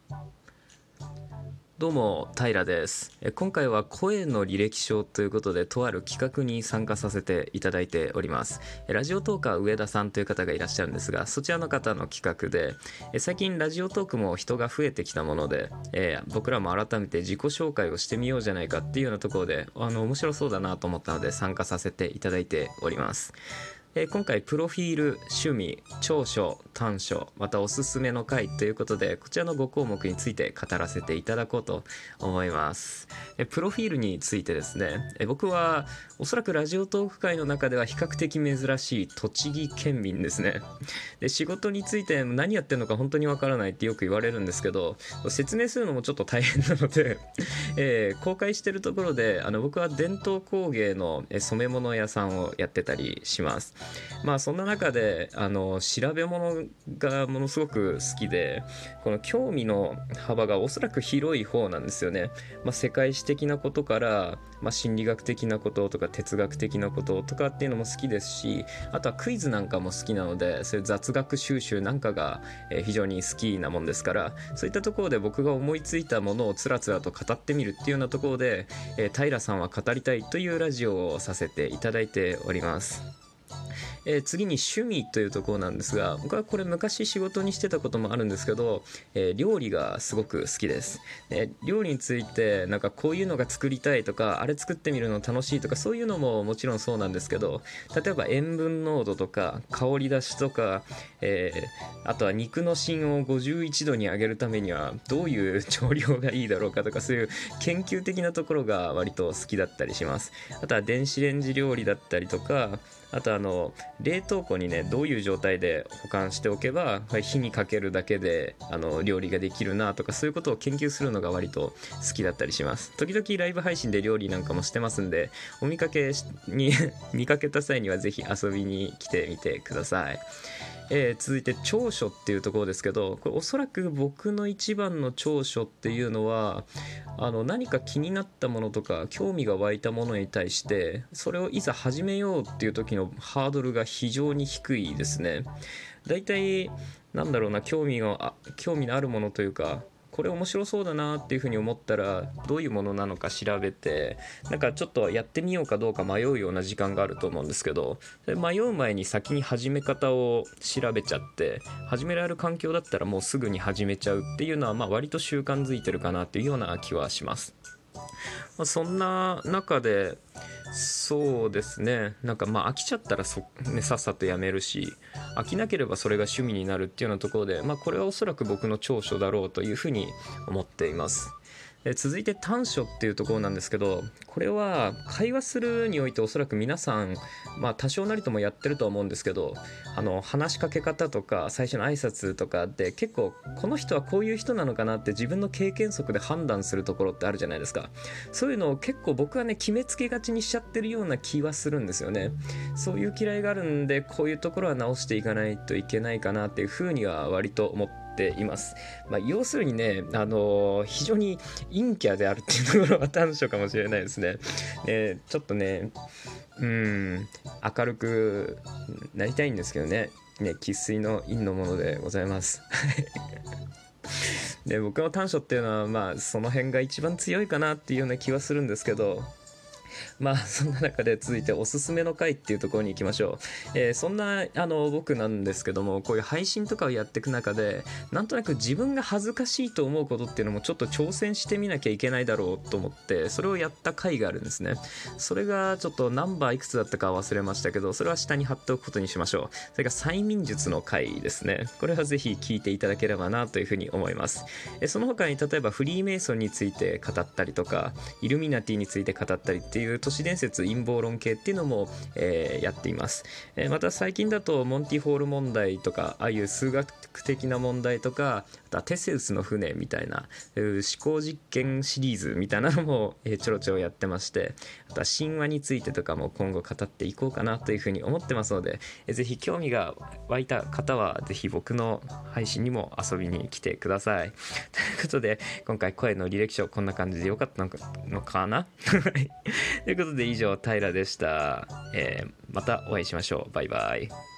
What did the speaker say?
どうも平です。今回は声の履歴書ということでとある企画に参加させていただいております。ラジオトーカー上田さんという方がいらっしゃるんですが、そちらの方の企画で最近ラジオトークも人が増えてきたもので、僕らも改めて自己紹介をしてみようじゃないかっていうようなところで面白そうだなと思ったので参加させていただいております。今回プロフィール、趣味、長所、短所、またおすすめの回ということでこちらの5項目について語らせていただこうと思います。プロフィールについてですね、僕はおそらくラジオトーク界の中では比較的珍しい栃木県民ですね。で、仕事について何やってるのか本当にわからないってよく言われるんですけど、説明するのもちょっと大変なので公開してるところで僕は伝統工芸の染め物屋さんをやってたりします。まあそんな中で調べ物がものすごく好きで、この興味の幅がおそらく広い方なんですよね。世界史的なことから、心理学的なこととか哲学的なこととかっていうのも好きですし、あとはクイズなんかも好きなので、そういう雑学収集なんかが非常に好きなもんですから、そういったところで僕が思いついたものをつらつらと語ってみるっていうようなところで、平さんは語りたいというラジオをさせていただいております。次に趣味というところなんですが、僕はこれ昔仕事にしてたこともあるんですけど、料理がすごく好きです。料理についてなんかこういうのが作りたいとか、あれ作ってみるの楽しいとか、そういうのももちろんそうなんですけど、例えば塩分濃度とか香り出しとか、あとは肉の芯を51度に上げるためにはどういう調理法がいいだろうかとか、そういう研究的なところが割と好きだったりします。あとは電子レンジ料理だったりとか、あと冷凍庫にねどういう状態で保管しておけば火にかけるだけで料理ができるなとか、そういうことを研究するのが割と好きだったりします。時々ライブ配信で料理なんかもしてますんで、お見かけに見かけた際にはぜひ遊びに来てみてください。続いて長所っていうところですけど、これおそらく僕の一番の長所っていうのは何か気になったものとか興味が湧いたものに対してそれをいざ始めようっていう時のハードルが非常に低いですね。だいたいなんだろうな、興味のあるものというか、これ面白そうだなっていうふうに思ったらどういうものなのか調べて、なんかちょっとやってみようかどうか迷うような時間があると思うんですけど、迷う前に先に始め方を調べちゃって、始められる環境だったらもうすぐに始めちゃうっていうのは割と習慣づいてるかなっていうような気はします。そんな中でそうですね、なんか飽きちゃったらさっさとやめるし、飽きなければそれが趣味になるっていうようなところで、これはおそらく僕の長所だろうというふうに思っています。続いて短所っていうところなんですけど、これは会話するにおいておそらく皆さん、多少なりともやってるとは思うんですけど、話しかけ方とか最初の挨拶とかで結構この人はこういう人なのかなって自分の経験則で判断するところってあるじゃないですか。そういうのを結構僕はね決めつけがちにしちゃってるような気はするんですよね。そういう嫌いがあるんで、こういうところは直していかないといけないかなっていうふうには割と思っています。要するにね、非常に陰キャであるっていうところは短所かもしれないですね。ちょっとね、明るくなりたいんですけどね。生粋の陰のものでございます。で、僕の短所っていうのはその辺が一番強いかなっていうような気はするんですけど、そんな中で続いておすすめの回っていうところに行きましょう。そんな僕なんですけども、こういう配信とかをやっていく中でなんとなく自分が恥ずかしいと思うことっていうのもちょっと挑戦してみなきゃいけないだろうと思って、それをやった回があるんですね。それがちょっとナンバーいくつだったか忘れましたけど、それは下に貼っておくことにしましょう。それが催眠術の回ですね。これはぜひ聞いていただければなというふうに思います。その他に例えばフリーメイソンについて語ったりとか、イルミナティについて語ったりっていう都市伝説陰謀論系っていうのも、やっています。また最近だとモンティホール問題とか、ああいう数学的な問題とか、あとはテセウスの船みたいな思考実験シリーズみたいなのも、ちょろちょろやってまして、あとは神話についてとかも今後語っていこうかなというふうに思ってますので、ぜひ興味が湧いた方はぜひ僕の配信にも遊びに来てください。ということで今回声の履歴書こんな感じでよかったのかなということで以上平でした。またお会いしましょう。バイバイ。